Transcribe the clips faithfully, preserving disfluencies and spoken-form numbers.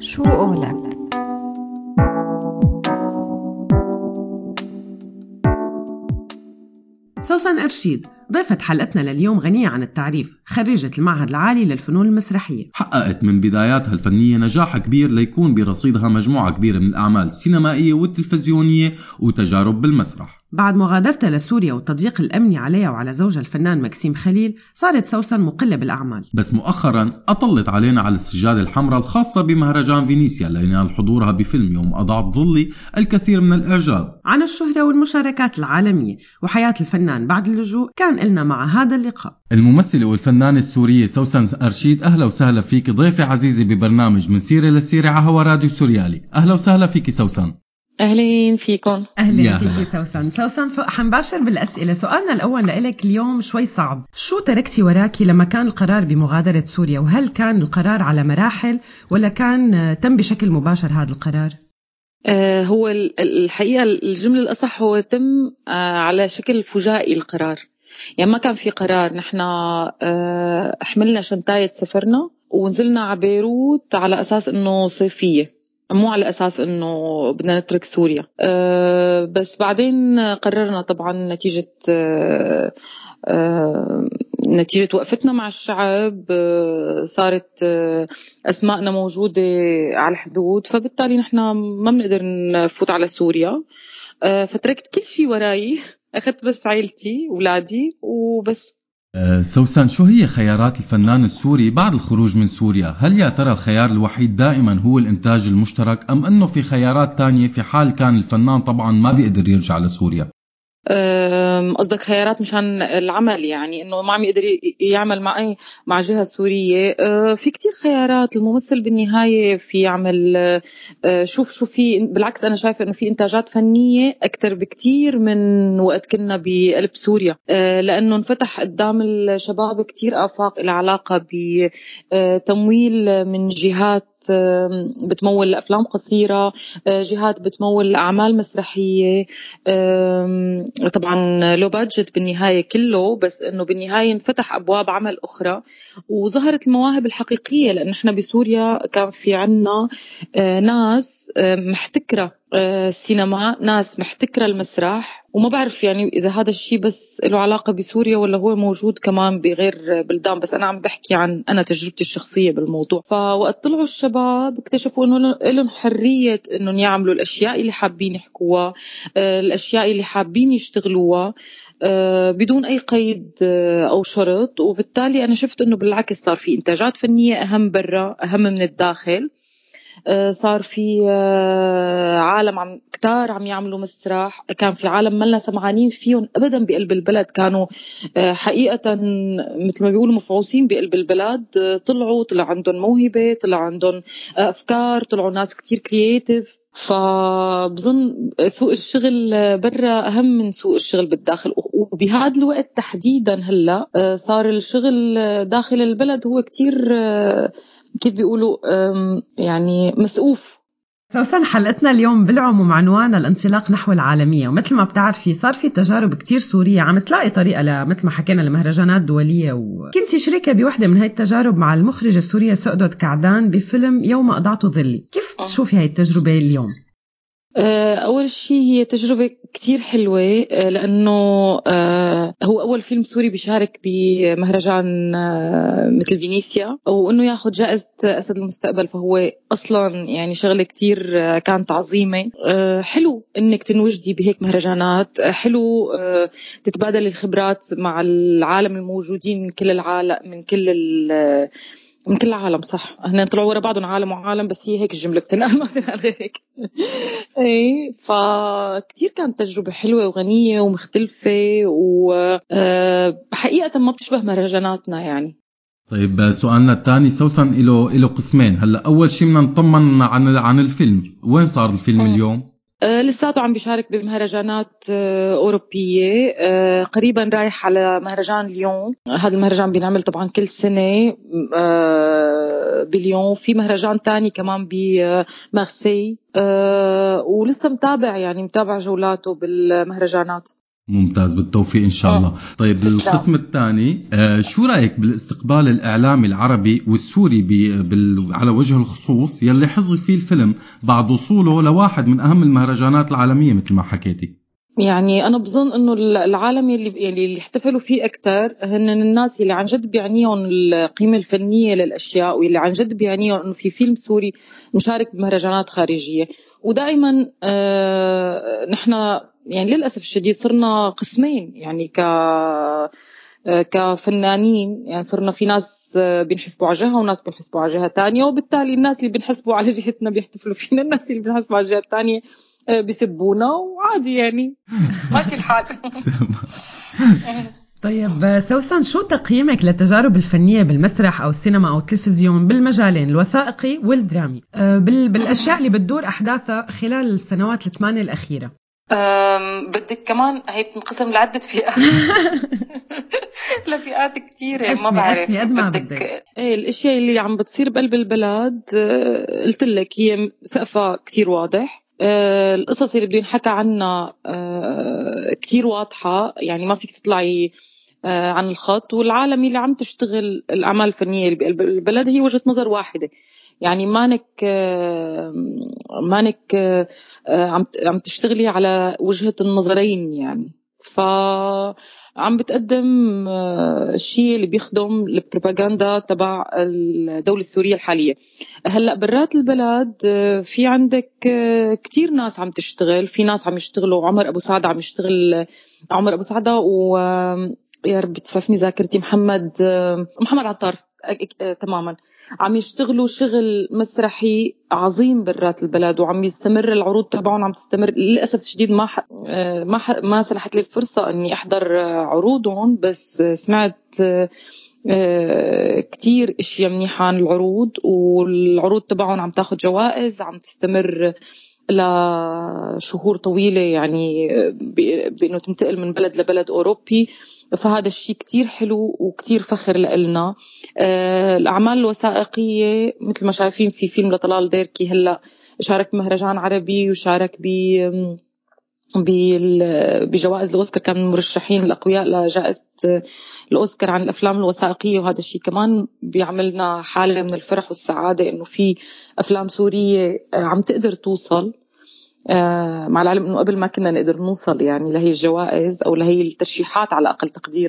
شو قولك؟ سوسن أرشيد ضيفة حلقتنا لليوم غنية عن التعريف، خريجة المعهد العالي للفنون المسرحية. حققت من بداياتها الفنية نجاح كبير ليكون برصيدها مجموعة كبيرة من الأعمال السينمائية والتلفزيونية وتجارب بالمسرح. بعد مغادرتها لسوريا والتضييق الأمني عليها وعلى زوجها الفنان مكسيم خليل، صارت سوسن مقلة بالأعمال. بس مؤخرا أطلت علينا على السجادة الحمراء الخاصة بمهرجان فينيسيا لينال حضورها بفيلم يوم أضاعت ظلي الكثير من الإعجاب. عن الشهرة والمشاركات العالمية وحياة الفنان بعد اللجوء كان إلنا مع هذا اللقاء الممثلة والفنانة السورية سوسن أرشيد. أهلا وسهلا فيك ضيفة عزيزة ببرنامج من سيرة لسيرة على هوا راديو سوريالي. أهلا وسهلا فيك سوسن. أهلين فيكم. أهلين فيكي سوسن. سوسن حنباشر بالأسئلة. سؤالنا الأول لإلك اليوم شوي صعب، شو تركتي وراكي لما كان القرار بمغادرة سوريا؟ وهل كان القرار على مراحل ولا كان تم بشكل مباشر هذا القرار؟ آه هو الحقيقة الجملة الأصح هو تم آه على شكل فجائي القرار، يعني ما كان في قرار. نحن آه حملنا شنطاية سفرنا ونزلنا على بيروت على أساس إنه صيفية، مو على أساس إنه بدنا نترك سوريا. أه بس بعدين قررنا طبعا نتيجة أه أه نتيجة وقفتنا مع الشعب، أه صارت أه أسماءنا موجودة على الحدود، فبالتالي نحن ما بنقدر نفوت على سوريا. أه فتركت كل شيء وراي، أخذت بس عائلتي وولادي وبس. سوسن، شو هي خيارات الفنان السوري بعد الخروج من سوريا؟ هل يا ترى الخيار الوحيد دائما هو الإنتاج المشترك أم أنه في خيارات تانية في حال كان الفنان طبعا ما بيقدر يرجع لسوريا؟ قصدك خيارات مشان العمل، يعني انه ما عم يقدر يعمل مع اي مع جهة سورية؟ في كتير خيارات. الممثل بالنهاية في يعمل شوف شو في، بالعكس انا شايفة انه في انتاجات فنية اكتر بكتير من وقت كنا بقلب سوريا، لانه انفتح قدام الشباب كتير آفاق العلاقة بتمويل من جهات بتمول أفلام قصيرة، جهات بتمول أعمال مسرحية، طبعا لو بادجت بالنهاية كله، بس إنه بالنهاية انفتح أبواب عمل أخرى وظهرت المواهب الحقيقية. لأن احنا بسوريا كان في عنا ناس محتكرة السينما، ناس محتكرة المسرح، وما بعرف يعني إذا هذا الشيء بس له علاقة بسوريا ولا هو موجود كمان بغير بلدان، بس أنا عم بحكي عن أنا تجربتي الشخصية بالموضوع. فوقت طلعوا الشباب اكتشفوا إنه لهم حرية إنهم يعملوا الأشياء اللي حابين يحكوها، الأشياء اللي حابين يشتغلوها بدون أي قيد أو شرط. وبالتالي أنا شفت إنه بالعكس صار في إنتاجات فنية أهم برا، أهم من الداخل. صار في عالم عم كتار عم يعملوا مسرح، كان في عالم ملنا سمعانين فيهم أبدا بقلب البلد، كانوا حقيقة مثل ما بيقولوا مفعوصين بقلب البلد. طلعوا طلع عندهم موهبة، طلع عندهم أفكار، طلعوا ناس كتير كرياتيف. فبظن سوق الشغل برا أهم من سوق الشغل بالداخل، وبهذا الوقت تحديدا هلأ صار الشغل داخل البلد هو كتير كيف بيقولوا يعني مسؤوف. سوسن، حلقتنا اليوم بالعموم عنوانها الانطلاق نحو العالمية، ومثل ما بتعرفي صار في تجارب كتير سورية عم تلاقي طريقة مثل ما حكينا لمهرجانات دولية، وكنتي شريكة بوحدة من هاي التجارب مع المخرجة السورية سعدت كعدان بفيلم يوم أضعت ظلي. كيف تشوفي هاي التجربة اليوم؟ أول شيء هي تجربة كتير حلوة، لأنه هو أول فيلم سوري بيشارك بمهرجان مثل فينيسيا، وأنه ياخد جائزة أسد المستقبل، فهو أصلا يعني شغلة كتير كانت عظيمة. حلو إنك تنوجدي بهيك مهرجانات، حلو تتبادل الخبرات مع العالم الموجودين من كل العالم، من كل ال من كل العالم. صح، هنا طلعوا ورا بعضهم عالم وعالم، بس هي هيك الجملة بتنقال، ما بتنقال غير هيك. اي فكتير كانت تجربة حلوة وغنية ومختلفة، وحقيقة ما بتشبه مهرجاناتنا يعني. طيب سؤالنا الثاني سوسن إله إله قسمين. هلا أول شيء بدنا نطمن عن عن الفيلم، وين صار الفيلم م. اليوم؟ آه لساته عم بيشارك بمهرجانات آه أوروبية، آه قريبا رايح على مهرجان ليون. هذا المهرجان بينعمل طبعا كل سنة آه بليون. في مهرجان تاني كمان بمارسي، آه ولسه متابع يعني متابع جولاته بالمهرجانات. ممتاز، بالتوفيق إن شاء الله. طيب القسم الثاني، آه شو رأيك بالاستقبال الإعلامي العربي والسوري بال... على وجه الخصوص يلي حظي فيه الفيلم بعد وصوله لواحد من أهم المهرجانات العالمية مثل ما حكيتي؟ يعني أنا بظن إنه العالم اللي يعني اللي احتفلوا فيه أكتر هن الناس اللي عن جد بيعنيهم القيمة الفنية للأشياء، واللي عن جد بيعنيهم إنه في فيلم سوري مشارك بمهرجانات خارجية. ودائما آه نحن يعني للأسف الشديد صرنا قسمين، يعني ك كفنانين، يعني صرنا في ناس بينحسبوا على جهة وناس بينحسبوا على جهة تانية، وبالتالي الناس اللي بينحسبوا على جهتنا بيحتفلوا فينا، الناس اللي بينحسبوا على الجهة التانية بيسبونا، وعادي يعني ماشي الحال. طيب سوسن، شو تقييمك للتجارب الفنية بالمسرح أو السينما أو التلفزيون بالمجالين الوثائقي والدرامي بالأشياء اللي بتدور أحداثها خلال السنوات الثمانية الأخيرة؟ بدك كمان هي بتنقسم لعدة فئات. لفئات كتيرة ما بعرف. بدك, بدك ايه الاشياء اللي عم بتصير بقلب البلد، قلت لك هي سقفها كتير واضح، القصص اللي بدين حكى عنها كتير واضحة، يعني ما فيك تطلعي عن الخط، والعالم اللي عم تشتغل الأعمال الفنية اللي بقلب البلد هي وجهة نظر واحدة، يعني مانك مانك عم عم تشتغلي على وجهة النظرين، يعني فعم بتقدم الشيء اللي بيخدم البروباغندا تبع الدولة السورية الحالية. هلأ برات البلد في عندك كتير ناس عم تشتغل، في ناس عم يشتغلوا، عمر أبو سعدة عم يشتغل، عمر أبو سعدة و يا رب تسعفني ذاكرتي، محمد محمد عطار تماما، عم يشتغلوا شغل مسرحي عظيم برات البلد، وعم يستمر العروض تبعهم، عم تستمر. للأسف الشديد ما ح... ما ح... ما سنحت لي الفرصة إني أحضر عروضهم، بس سمعت كتير اشياء منيحة عن العروض، والعروض تبعهم عم تاخد جوائز، عم تستمر لشهور طويلة، يعني بأنه تنتقل من بلد لبلد أوروبي، فهذا الشيء كتير حلو وكتير فخر لنا. الأعمال الوثائقية مثل ما شايفين في فيلم لطلال ديركي هلأ شارك بمهرجان عربي، وشارك ب بجوائز الأوسكار، كان من المرشحين الأقوياء لجائزة الأوسكار عن الأفلام الوثائقية، وهذا الشيء كمان بيعملنا حالة من الفرح والسعادة إنه في أفلام سورية عم تقدر توصل، مع العلم إنه قبل ما كنا نقدر نوصل يعني لهي الجوائز أو لهي الترشيحات على أقل تقدير.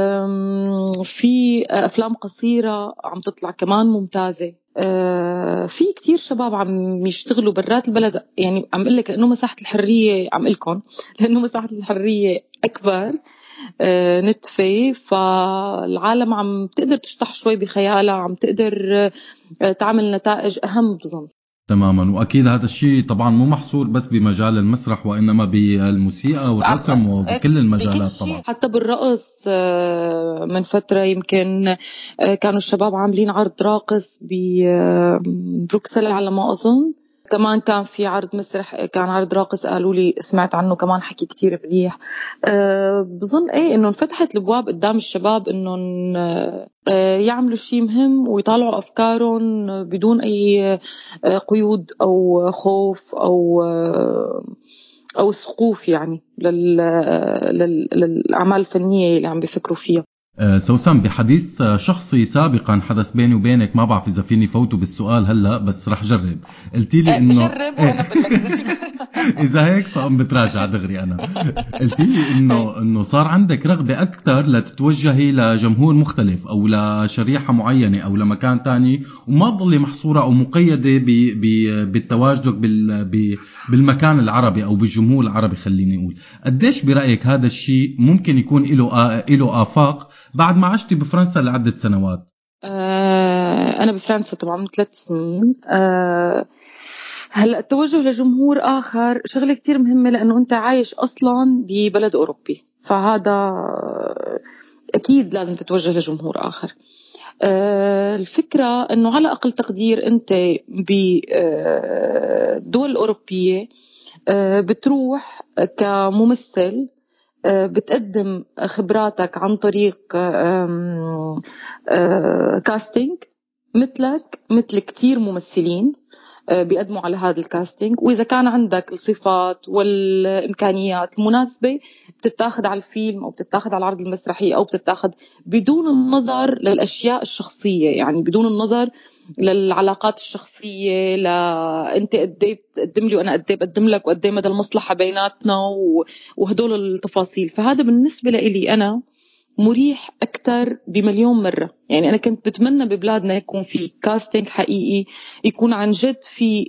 في أفلام قصيرة عم تطلع كمان ممتازة، في كتير شباب عم يشتغلوا برات البلد، يعني عم قلك لأنه مساحة الحرية، عم قلكم لأنه مساحة الحرية أكبر نتفة، فالعالم عم تقدر تشطح شوي بخيالها، عم تقدر تعمل نتائج أهم بظن. تماما، وأكيد هذا الشيء طبعا مو محصور بس بمجال المسرح، وإنما بالموسيقى والرسم وبكل المجالات طبعا، حتى بالرقص. من فترة يمكن كانوا الشباب عاملين عرض راقص ببروكسل على ما أظن، كمان كان في عرض مسرح، كان عرض راقص قالوا لي سمعت عنه كمان حكي كتير منيح. أه بظن ايه انه انفتحت الابواب قدام الشباب انه أه يعملوا شيء مهم ويطالعوا افكارهم بدون اي قيود او خوف او او سقوف، يعني للاعمال الفنيه اللي عم بيفكروا فيها. سوسن، بحديث شخصي سابقا حدث بيني وبينك، ما بعرف إذا فيني فوته بالسؤال هلأ بس رح جرب، قلتي لي إنه جرب وأنا بقولك إذا هيك فأم بتراجع دغري أنا. قلتي لي إنه إنه صار عندك رغبة أكثر لتتوجهي لجمهور مختلف أو لشريحة معينة أو لمكان تاني، وما تضلي محصورة أو مقيدة ب ب بالتواجد بال بالمكان العربي أو بالجمهور العربي. خليني أقول قديش برأيك هذا الشيء ممكن يكون له له آفاق بعد ما عشتي بفرنسا لعدة سنوات؟ أه أنا بفرنسا طبعا من ثلاث سنين. أه هلأ التوجه لجمهور آخر شغلة كتير مهمة، لأنه أنت عايش أصلاً ببلد أوروبي، فهذا أكيد لازم تتوجه لجمهور آخر. أه الفكرة أنه على أقل تقدير أنت بدول أوروبية أه بتروح كممثل، بتقدم خبراتك عن طريق كاستينج مثلك مثل كتير ممثلين، بيقدموا على هذا الكاستينج، وإذا كان عندك الصفات والإمكانيات المناسبة بتتاخد على الفيلم أو بتتاخد على العرض المسرحي أو بتتاخد بدون النظر للأشياء الشخصية، يعني بدون النظر للعلاقات الشخصية، لا أنت قدي بتقدم لي وأنا قدي بقدم لك وقدي مدى المصلحة بيناتنا وهدول التفاصيل. فهذا بالنسبة لي أنا مريح أكتر بمليون مرة. يعني أنا كنت بتمنى ببلادنا يكون في كاستينج حقيقي، يكون عن جد في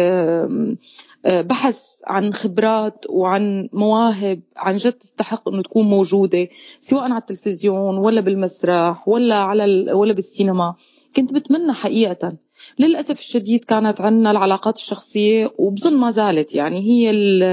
بحث عن خبرات وعن مواهب عن جد تستحق أنه تكون موجودة، سواء على التلفزيون ولا بالمسرح ولا على ولا بالسينما. كنت بتمنى حقيقة. للأسف الشديد كانت عنا العلاقات الشخصية، وبظن ما زالت يعني هي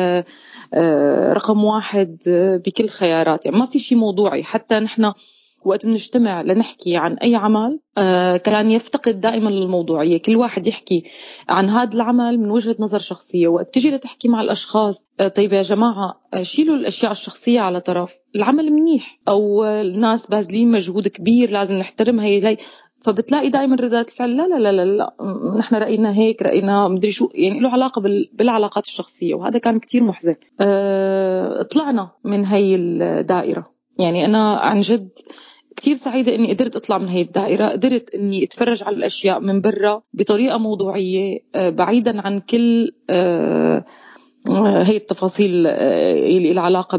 رقم واحد بكل خيارات. يعني ما في شيء موضوعي. حتى نحن وقت بنجتمع لنحكي عن أي عمل كان يفتقد دائما للموضوعية، كل واحد يحكي عن هذا العمل من وجهة نظر شخصية. وقت تجي لتحكي مع الأشخاص، طيب يا جماعة شيلوا الأشياء الشخصية على طرف، العمل منيح أو الناس باذلين مجهود كبير لازم نحترم هي زي، فبتلاقي دائما ردات الفعل لا لا لا لا, لا. نحن رأينا هيك، رأينا مدري شو، يعني له علاقة بالعلاقات الشخصية، وهذا كان كتير محزن. أه طلعنا من هاي الدائرة. يعني أنا عن جد كتير سعيدة إني قدرت أطلع من هاي الدائرة، قدرت إني أتفرج على الأشياء من برا بطريقة موضوعية، أه بعيدا عن كل أه هي التفاصيل اللي العلاقة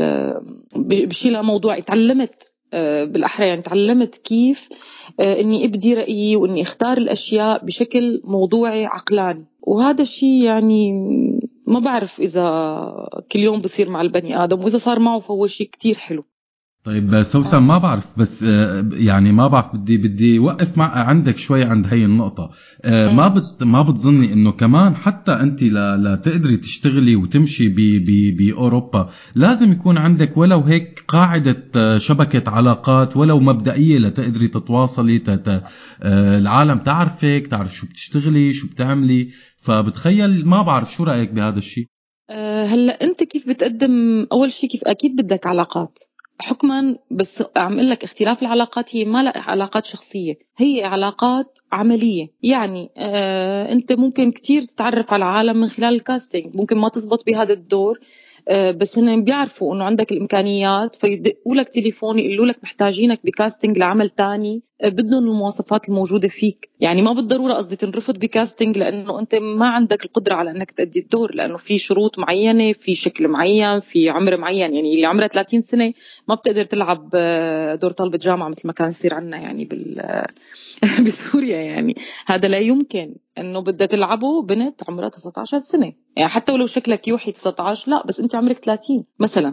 بشيء موضوعي. تعلمت بالأحرى، يعني تعلمت كيف إني أبدي رأيي وإني أختار الأشياء بشكل موضوعي عقلاني. وهذا الشيء يعني ما بعرف إذا كل يوم بصير مع البني آدم، وإذا صار معه فهو شيء كتير حلو. طيب سوسن، ما بعرف بس يعني ما بعرف بدي بدي وقف مع عندك شوي عند هاي النقطة. ما بت ما بتظني إنه كمان حتى أنت لا لا تقدري تشتغلي وتمشي ب ب بأوروبا لازم يكون عندك ولو هيك قاعدة شبكة علاقات ولو مبدئية لتقدري تتواصلي، تت العالم تعرفك، تعرف شو بتشتغلي شو بتعملي. فبتخيل ما بعرف شو رأيك بهذا الشيء. هلا أنت كيف بتقدم؟ أول شيء كيف أكيد بدك علاقات حكما، بس عم اقول لك اختلاف العلاقات هي ما لها علاقات شخصية، هي علاقات عملية. يعني آه انت ممكن كتير تتعرف على العالم من خلال الكاستينج، ممكن ما تزبط بهذا الدور آه بس هن بيعرفوا انه عندك الامكانيات فيدقوا لك تليفون يقولوا لك محتاجينك بكاستينج لعمل تاني آه بدهم المواصفات الموجودة فيك. يعني ما بالضرورة قصدي تنرفض بكاستينج لانه انت ما عندك القدرة على انك تأدي الدور، لانه في شروط معينة، في شكل معين، في عمر معين. يعني اللي عمره ثلاثين سنة ما بتقدر تلعب دور طالبة جامعة مثل ما كان يصير عنا يعني بال بسوريا. يعني هذا لا يمكن، انه بدها تلعبه بنت عمرها تسعة عشر سنة. يعني حتى ولو شكلك يوحي تسعة عشر، لا بس انت عمرك ثلاثين مثلا.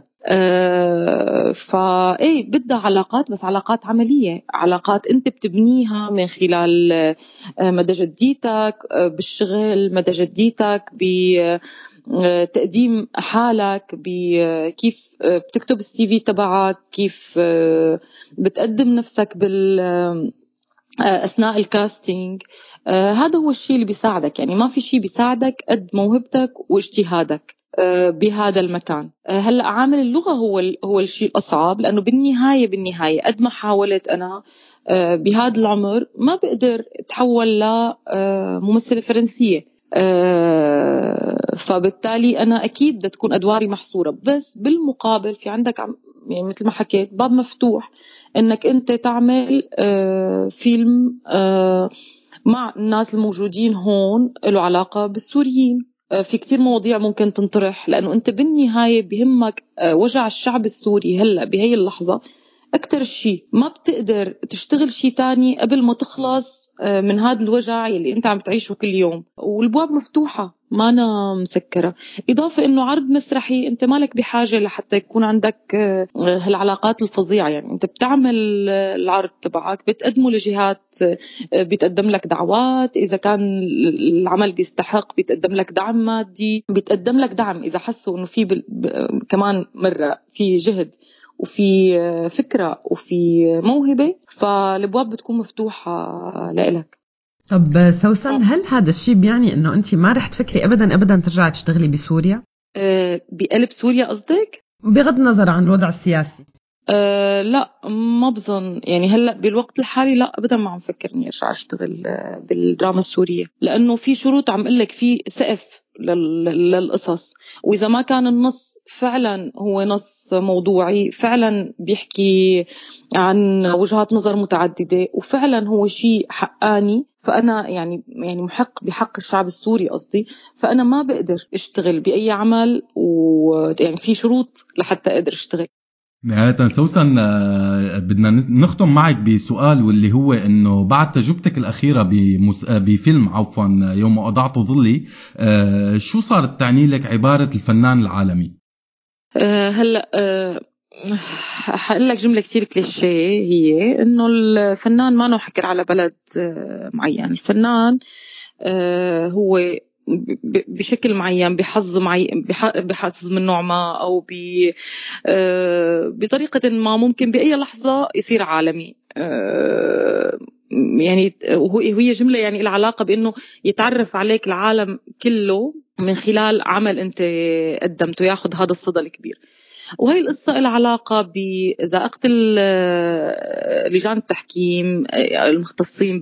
أه فايه بدها علاقات، بس علاقات عملية، علاقات انت بتبنيها من خلال مدى جديتك بالشغل، مدى جديتك بتقديم حالك، بكيف بتكتب السي في تبعك، كيف بتقدم نفسك بال أثناء الكاستينج. آه هذا هو الشيء اللي بيساعدك. يعني ما في شيء بيساعدك قد موهبتك واجتهادك آه بهذا المكان. آه هلأ عامل اللغة هو هو الشيء الأصعب، لأنه بالنهاية بالنهاية قد ما حاولت أنا آه بهذا العمر ما بقدر أتحول لممثلة فرنسية. آه فبالتالي أنا أكيد بدها تكون أدواري محصورة، بس بالمقابل في عندك يعني مثل ما حكيت باب مفتوح انك انت تعمل آه فيلم آه مع الناس الموجودين هون له علاقة بالسوريين. آه في كتير مواضيع ممكن تنطرح، لانه انت بالنهاية بهمك آه وجع الشعب السوري هلأ بهي اللحظة أكتر شيء. ما بتقدر تشتغل شيء تاني قبل ما تخلص من هذا الوجع اللي أنت عم تعيشه كل يوم. والبواب مفتوحة ما أنا مسكرة. إضافة إنه عرض مسرحي أنت مالك بحاجة لحتى يكون عندك هالعلاقات الفظيعة. يعني أنت بتعمل العرض تبعك بتقدمه لجهات، بيتقدم لك دعوات إذا كان العمل بيستحق، بيتقدم لك دعم مادي، بيتقدم لك دعم إذا حسوا إنه في ب... ب... كمان مرة في جهد وفي فكرة وفي موهبة، فالابواب بتكون مفتوحة لإلك. طب سوسن، هل هذا الشيء بيعني انه انت ما رح تفكري ابدا ابدا ترجعي تشتغلي بسوريا؟ أه بقلب سوريا قصدك؟ بغض النظر عن الوضع السياسي. أه لا ما بظن، يعني هلأ بالوقت الحالي لا أبدا ما عم فكر إني أرجع أشتغل بالدراما السورية، لأنه في شروط عم قلك، في سقف للقصص، وإذا ما كان النص فعلا هو نص موضوعي فعلا بيحكي عن وجهات نظر متعددة وفعلا هو شيء حقاني، فأنا يعني يعني محق بحق الشعب السوري قصدي، فأنا ما بقدر أشتغل بأي عمل، ويعني في شروط لحتى أقدر أشتغل. نهاية سوسن، بدنا نختم معك بسؤال، واللي هو انه بعد تجربتك الاخيرة بمس... بفيلم عفوا يوم وضعت ظلي، شو صارت تعني لك عبارة الفنان العالمي؟ أه هلا أه حقول لك جملة كتير كليشيه، هي انه الفنان ما نحكر على بلد معين، الفنان أه هو بشكل معين، بحظ معين، بحظ من نوع ما، أو بطريقة ما ممكن بأي لحظة يصير عالمي. يعني وهي جملة يعني العلاقة بأنه يتعرف عليك العالم كله من خلال عمل أنت قدمته، ياخد هذا الصدى الكبير. وهي القصة لها علاقة بزائقة لجان التحكيم المختصين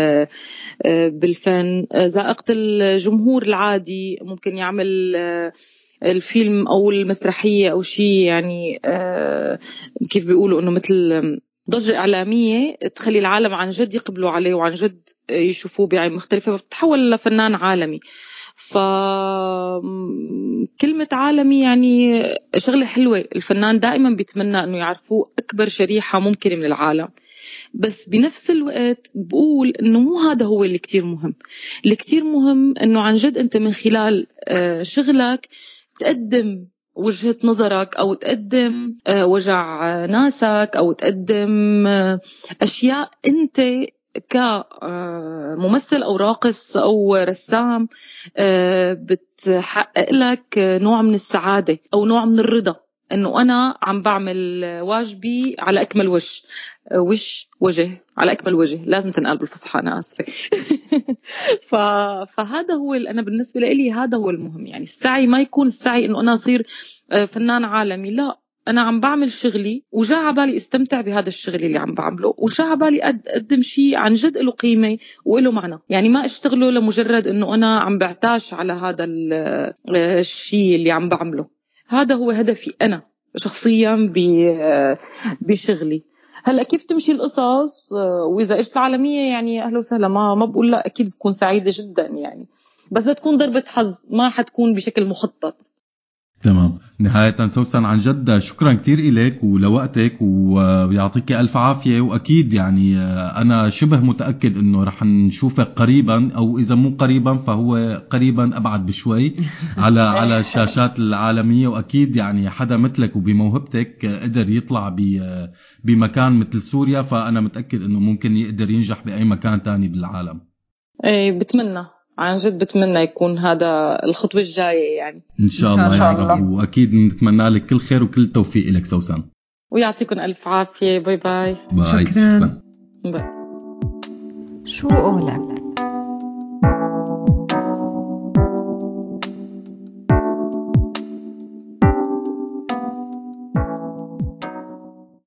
بالفن، زائقة الجمهور العادي ممكن يعمل الفيلم أو المسرحية أو شيء، يعني كيف بيقولوا إنه مثل ضجة إعلامية تخلي العالم عن جد يقبلوا عليه وعن جد يشوفوه بعين مختلفة، فبتحول لفنان عالمي. فكلمة عالمي يعني شغلة حلوة، الفنان دائما بيتمنى أنه يعرفوه أكبر شريحة ممكنة من العالم، بس بنفس الوقت بقول أنه مو هذا هو اللي كتير مهم. اللي كتير مهم أنه عن جد أنت من خلال شغلك تقدم وجهة نظرك، أو تقدم وجع ناسك، أو تقدم أشياء أنت كممثل أو راقص أو رسام بتحقق لك نوع من السعادة أو نوع من الرضا، أنه أنا عم بعمل واجبي على أكمل وجه وش وجه على أكمل وجه، لازم تنقل بالفصحى، أنا آسفة. فهذا هو أنا بالنسبة لي هذا هو المهم، يعني السعي ما يكون السعي أنه أنا أصير فنان عالمي، لا، أنا عم بعمل شغلي وجاء عبالي استمتع بهذا الشغل اللي عم بعمله، وجاء عبالي أقدم شيء عن جد له قيمة وله معنى، يعني ما أشتغله لمجرد أنه أنا عم بعتاش على هذا الشيء اللي عم بعمله. هذا هو هدفي أنا شخصيا بشغلي. هلا كيف تمشي القصص وإذا إجت العالمية يعني أهلا وسهلا، ما ما بقول لا، أكيد بكون سعيدة جدا يعني، بس بتكون ضربة حظ، ما حتكون بشكل مخطط. تمام. نهاية سوسن، عن جد شكرا كتير إليك ولوقتك، ويعطيك ألف عافية، وأكيد يعني أنا شبه متأكد أنه رح نشوفك قريبا، أو إذا مو قريبا فهو قريبا أبعد بشوي على على الشاشات العالمية، وأكيد يعني حدا مثلك وبموهبتك قدر يطلع بمكان مثل سوريا، فأنا متأكد أنه ممكن يقدر ينجح بأي مكان تاني بالعالم. إيه بتمنى، عن جد بتمنى يكون هذا الخطوة الجاية يعني. إن شاء الله, إن شاء الله. يعني وأكيد نتمنى لك كل خير وكل توفيق لك سوسن، ويعطيكم ألف عافية. باي باي. باي. شكرا, شكرا. باي. شو قولك؟